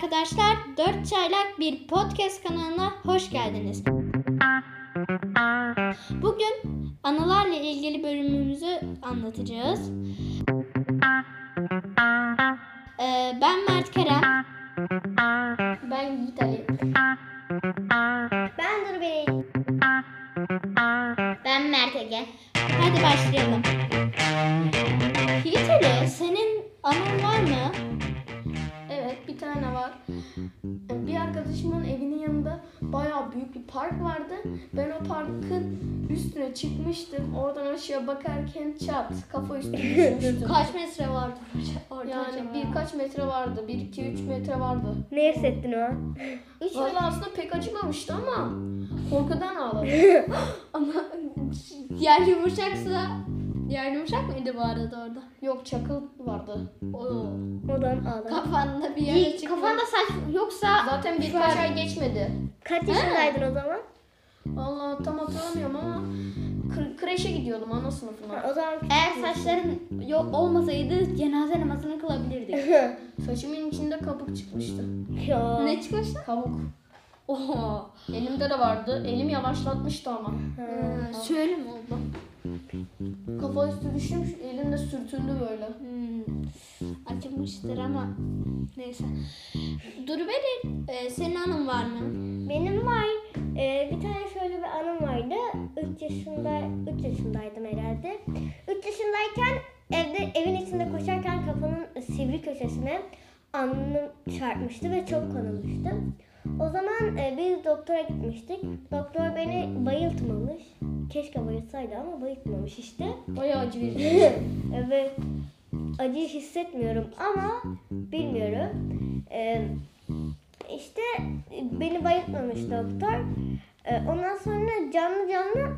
arkadaşlar, 4 Çaylak bir podcast kanalına hoş geldiniz. Bugün anılarla ilgili bölümümüzü anlatacağız. Ben Mert Kerem. Ben Yiğit Ali. Ben Duru Bey. Ben Mert Ege. Hadi başlayalım. Yiğit Ali, senin anın var mı? Evet, bir tane var. Bir arkadaşımın evinin yanında bayağı büyük bir park vardı. Ben o parkın üstüne çıkmıştım. Oradan aşağı bakarken çat, kafa üstü düşmüştüm. Kaç metre vardı orada Yani acaba? birkaç metre vardı. 1-2-3 metre vardı. Ne hissettin o an? Vallahi aslında pek acımamıştı ama korkudan ağladım. Ama yer yumuşak mıydı bu arada orada? Yok, çakıl vardı. Odan ağladım. Kafanda bir yere çıktı. Kafanda saç yoksa Zaten birkaç ay geçmedi. kaç yaşındaydın o zaman? Vallahi tam hatırlamıyorum ama kreşe gidiyordum, ana sınıfına. O zaman Eğer saçların yok olmasaydı cenaze namazını kılabilirdik. Saçımın içinde kabuk çıkmıştı. Ya. Ne çıkmıştı? Kabuk. Oho. Elimde de vardı. Elim yavaşlatmıştı ama. Şöyle mi oldu? Kafa üstü düşmüş, elimde sürtündü böyle. Acımıştır ama neyse. Duruveri, senin anın var mı? Benim var. Bir tane şöyle bir anım vardı. 3 yaşındaydım herhalde. 3 yaşındayken evin içinde koşarken kafamın sivri köşesine alnım çarpmıştı ve çok kanamıştı. O zaman biz doktora gitmiştik. Doktor beni bayıltmamış. Keşke bayıltsaydı ama bayıltmamış işte. Bayağı acı verici. Evet. Acı hissetmiyorum ama bilmiyorum. İşte beni bayıltmamış doktor. Ondan sonra canlı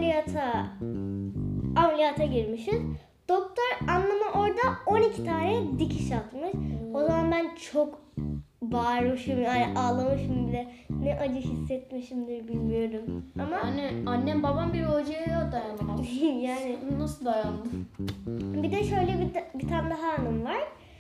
ameliyata girmişiz. Doktor anlama orada 12 tane dikiş atmış. O zaman ben çok bağırmışım, yani ağlamışım bile. Ne acı hissetmişimdir bilmiyorum. Ama Yani annem babam bir hocaya dayanamaz. yani Nasıl dayandı? bir de şöyle bir tane daha anım var.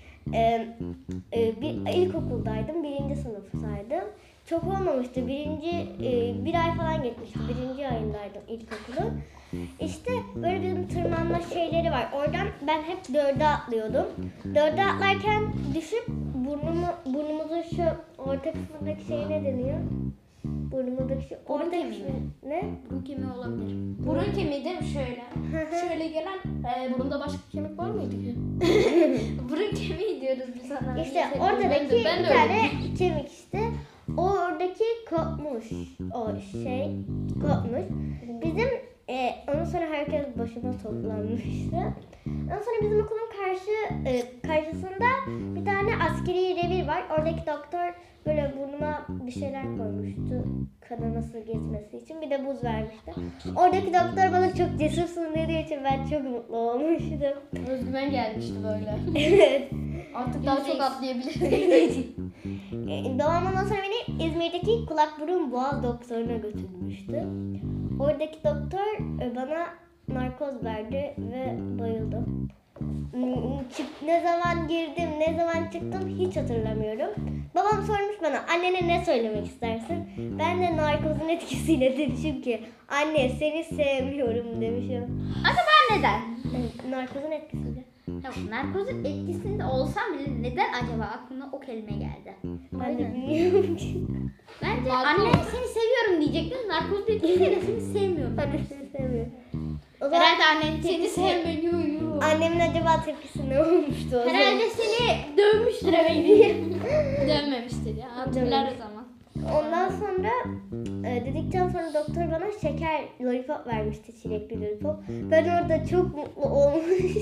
Bir ilkokuldaydım, 1. sınıftaydım. Çok olmamıştı, bir ay falan geçmişti, 1. ayındaydım ilkokulun. İşte böyle bizim tırmanma şeyleri var. Oradan ben hep 4'e atlıyordum. 4'e atlarken düşüp burnumuzun şu orta kısmındaki şey ne deniyor? Burnumuzdaki şu orta kısmı ne? Burun kemiği olabilir. Burun kemiği değil mi şöyle? Şöyle gelen Burunda başka kemik var mıydı ki? burun kemiği diyoruz biz ona. İşte Ben oradaki de bir öyle. tane kemik işte. O oradaki kopmuş. O şey kopmuş. Bizim ondan sonra herkes başına toplanmıştı. Ondan sonra bizim okulun karşısında bir tane askeri revir var. Oradaki doktor böyle burnuma bir şeyler koymuştu. Kanaması geçmesi için. Bir de buz vermişti. Oradaki doktor bana çok cesursun dediği için ben çok mutlu olmuştum. Özgüven gelmişti böyle. Evet. Artık daha çok atlayabilirim. Babam ondan sonra beni İzmir'deki kulak burun boğaz doktoruna götürmüştü. Oradaki doktor bana narkoz verdi ve bayıldım. Ne zaman girdim, ne zaman çıktım hiç hatırlamıyorum. Babam sormuş bana, annene ne söylemek istersin? Ben de narkozun etkisiyle demişim ki, anne seni sevmiyorum demişim. Acaba neden? Narkozun etkisiyle. Ya, narkozun etkisinde olsam bile neden acaba aklına o kelime geldi? Ben de bilmiyorum ki. Bence Narkoz. anne seni seviyorum diyecektin. Narkozun etkisiyle seni sevmiyorum. Ben de seni sevmiyorum. O zaman Herhalde annen seni sevmiyor. annemin acaba tepkisi ne olmuştu o zaman? Herhalde seni dövmüştür eve gidince. Dövmemiştir ya. Hatırlar o zaman. Ondan sonra dedikten sonra doktor bana şeker lollipop vermişti, çilekli lollipop. Ben orada çok mutlu olmuştum.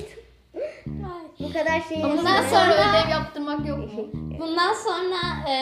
Bu kadar şey Bundan yaşadım. sonra ödev yaptırmak yok mu? Bundan sonra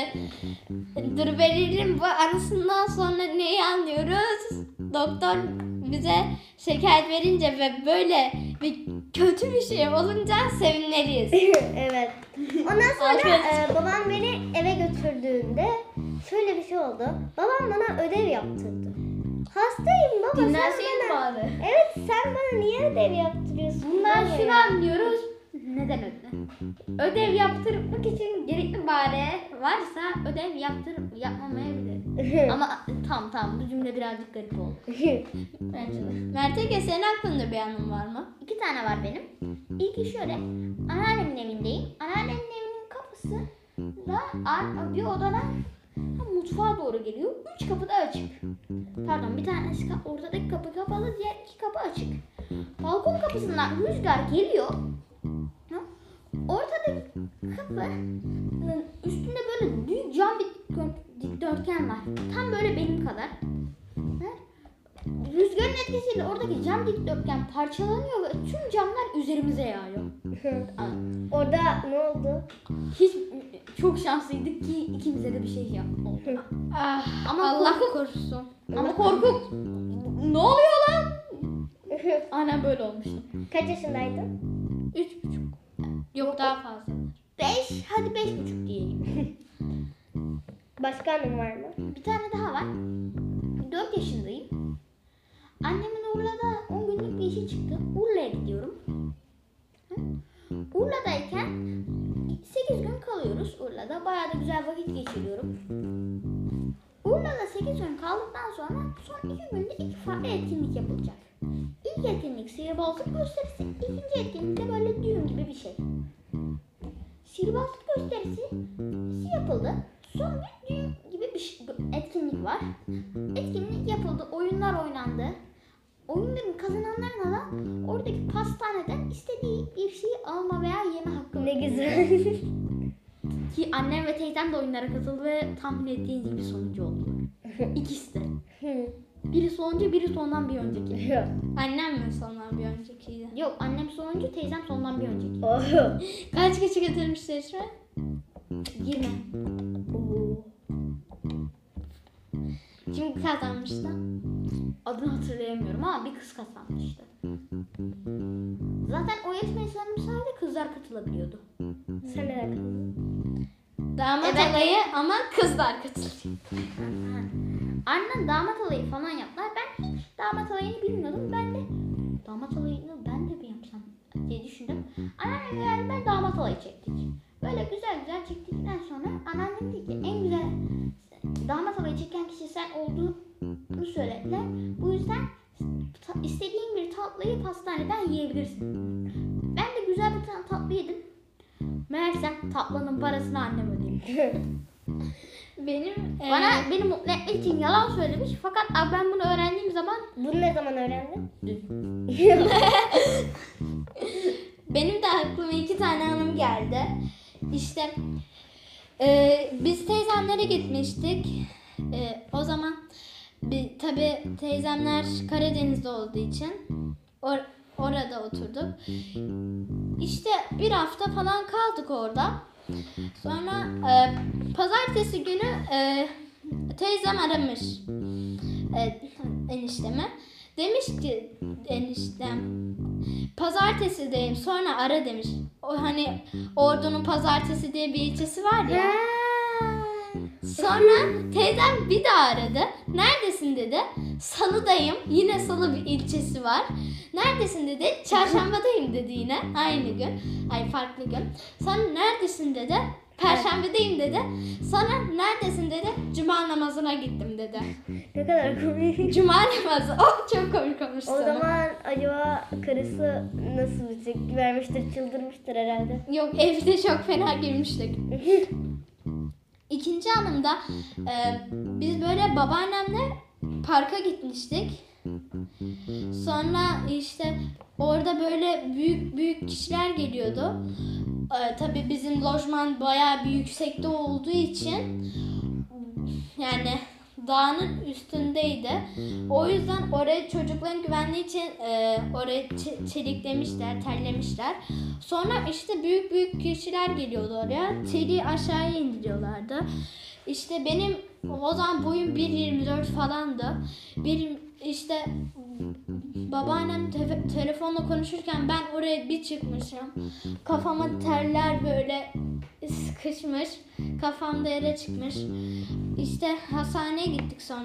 Duruveri'nin bu anısından sonra neyi anlıyoruz? Doktor bize şeker verince ve böyle bir kötü bir şey olunca seviniriz. Evet. Ondan sonra babam beni eve götürdüğünde şöyle bir şey oldu. Babam bana ödev yaptırdı. Hastayım baba. Dinlenseydin bari. Evet, sen bana niye ödev yaptırıyorsun? Bundan şunu anlıyoruz. Neden ödev? Ödev yaptırmak için gerekli bahane varsa ödev yapmamayabilir. Ama tamam bu cümle birazcık garip oldu. Bence de. Mertege senin aklında bir anın var mı? 2 tane var benim. İlki şöyle. Anneannemin evindeyim. Anneannemin evinin kapısı da bir odadan mutfağa doğru geliyor. 3 kapı da açık. Pardon, bir tanesi ortadaki kapı kapalı, diğer 2 kapı açık. Balkon kapısından rüzgar geliyor. Ortadaki kapının üstünde böyle büyük cam bir dikdörtgen var. Tam böyle benim kadar. Rüzgarın etkisiyle oradaki cam dikdörtgen parçalanıyor ve tüm camlar üzerimize yağıyor. Orada ne oldu? Çok şanslıydık ki ikimize de bir şey oldu. Ama Allah korusun. Ama korkup ne oluyor lan? Aynen böyle olmuştu. Kaç yaşındaydın? 3,5. Yok daha fazla. 5. Hadi 5,5 diyelim. Başka anın var mı? Bir tane daha var. 4 yaşındayım. Annemin Urla'da 10 günlük bir işi çıktı. Urla'ya gidiyorum. Urla'dayken 8 gün kalıyoruz Urla'da. Bayağı da güzel vakit geçiriyorum. Urla'da 8 gün kaldıktan sonra son 2 günde 2 farklı etkinlik yapılacak. İlk etkinlik sihirbazlık gösterisi, ikinci etkinlik de böyle düğün gibi bir şey. Sihirbazlık gösterisi yapıldı. Sonra düğün gibi bir etkinlik var. Etkinlik yapıldı, oyunlar oynandı. Oyunların kazananlarına da oradaki pastaneden istediği bir şeyi alma veya yeme hakkı. Ne güzel. Ki annem ve teyzem de oyunlara katıldı ve tahmin ettiğiniz gibi sonuncu oldu. İkisi de. Biri sonuncu, biri sondan bir önceki. Annem mi sondan bir öncekiydi? Yok, annem sonuncu, teyzem sondan bir önceki. Kaç kişi getirmişti Eşme? 20. Kim kazanmıştı? Adını hatırlayamıyorum ama bir kız kazanmıştı. Zaten o yarışmacıların sadece kızlar katılabiliyordu. Sen neden kaldın? Damat alayı ama kızlar katılıyor. Annem damat alayı falan yaptılar. Ben hiç damat alayını bilmiyordum. Ben de damat alayını ben de bir yapsam diye düşündüm. Anneannemle beraber damat alayı çektik. Böyle güzel güzel çektikten sonra anneannem dedi ki en güzel damat alayı çeken kişi sen olduğunu söylediler. Bu yüzden istediğin bir tatlıyı pastaneden yiyebilirsin. Ben de güzel bir tatlı yedim. Meğersem tatlının parasını annem ödemiş. Beni mutlu etmek için yalan söylemiş. Fakat ben bunu öğrendiğim zaman... Bunu ne zaman öğrendin? Benim de aklıma 2 tane anım geldi. İşte biz teyzemlere gitmiştik. O zaman tabii teyzemler Karadeniz'de olduğu için orada oturduk. İşte bir hafta falan kaldık orada. Sonra pazartesi günü teyzem aramış enişteme. Demiş ki eniştem pazartesideyim sonra ara demiş. O hani Ordu'nun Pazartesi diye bir ilçesi var ya. Sonra teyzem bir daha aradı. Neredesin dedi. Salıdayım. Yine Salı bir ilçesi var. Neredesin dedi. Çarşambadayım dedi yine. Aynı gün. Ay farklı gün. Sonra neredesin dedi. Perşembedeyim dedi. Sonra neredesin dedi. Cuma namazına gittim dedi. Ne kadar komik. Cuma namazı. Oh çok komik olmuş O sana. zaman acaba karısı nasıl bir tepki vermiştir, çıldırmıştır herhalde. Yok evde çok fena girmiştik. İkinci anımda biz böyle babaannemle parka gitmiştik. Sonra işte orada böyle büyük kişiler geliyordu. Tabii bizim lojman bayağı bir yüksekte olduğu için yani dağın üstündeydi. O yüzden oraya çocukların güvenliği için oraya çeliklemişler, terlemişler. Sonra işte büyük kişiler geliyordu oraya. Çeliği aşağıya indiriyorlardı. İşte benim o zaman boyum 1.24 falandı. İşte babaannem telefonla konuşurken ben oraya bir çıkmışım. Kafama terler böyle sıkışmış. Kafamda yere çıkmış. İşte hastaneye gittik sonra.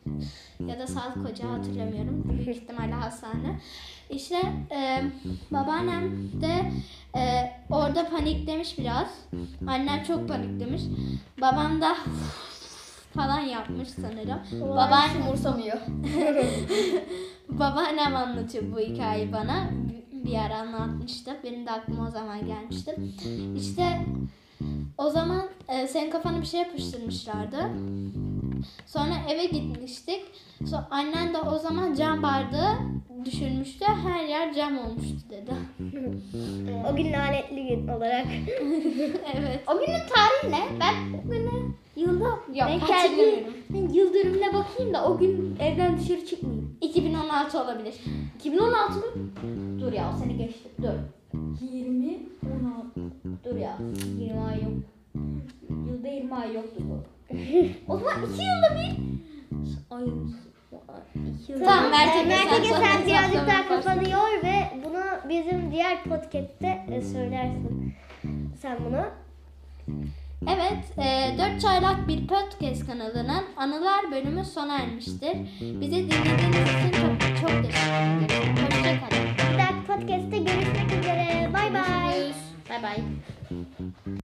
Ya da sağlık ocağı, hatırlamıyorum. Büyük ihtimalle hastane. İşte babaannem de orada paniklemiş biraz. Annem çok paniklemiş. Babam da falan yapmış sanırım. Babaannem umursamıyor. Babaannem anlatıyor bu hikayeyi bana. Bir ara anlatmıştı. Benim de aklıma o zaman gelmişti. İşte o zaman senin kafana bir şey yapıştırmışlardı. Sonra eve gitmiştik. Sonra annen de o zaman cam bardağı düşürmüştü. Her yer cam olmuştu dedi. O gün lanetli gün olarak. Evet. O günün tarihi ne? Ben o günü yılda Yok, denk hatırlamıyorum. geldiğim yıl dönümüne bakayım da o gün evden dışarı çıkmayayım. 2016 olabilir. 2016 mı? Dur ya o sene geçti. Dur. 20, 16. Dur ya. 20 ay yok. Yılda 20 ay yoktu bu. O zaman 2 yılda bir. Ay. 2 yılda Tamam, bir. Mert'e sen sen sonra birazcık daha hesaplamak kafanı yor ve bunu bizim diğer podcast'te söylersin. Sen bunu. Evet, 4 Çaylak Bir Podcast kanalının anılar bölümü sona ermiştir. Bizi dinlediğiniz için çok teşekkür ederim. Hoşçakalın. Bir dahaki podcast'te görüşmek üzere. Bay bay. Bay bay.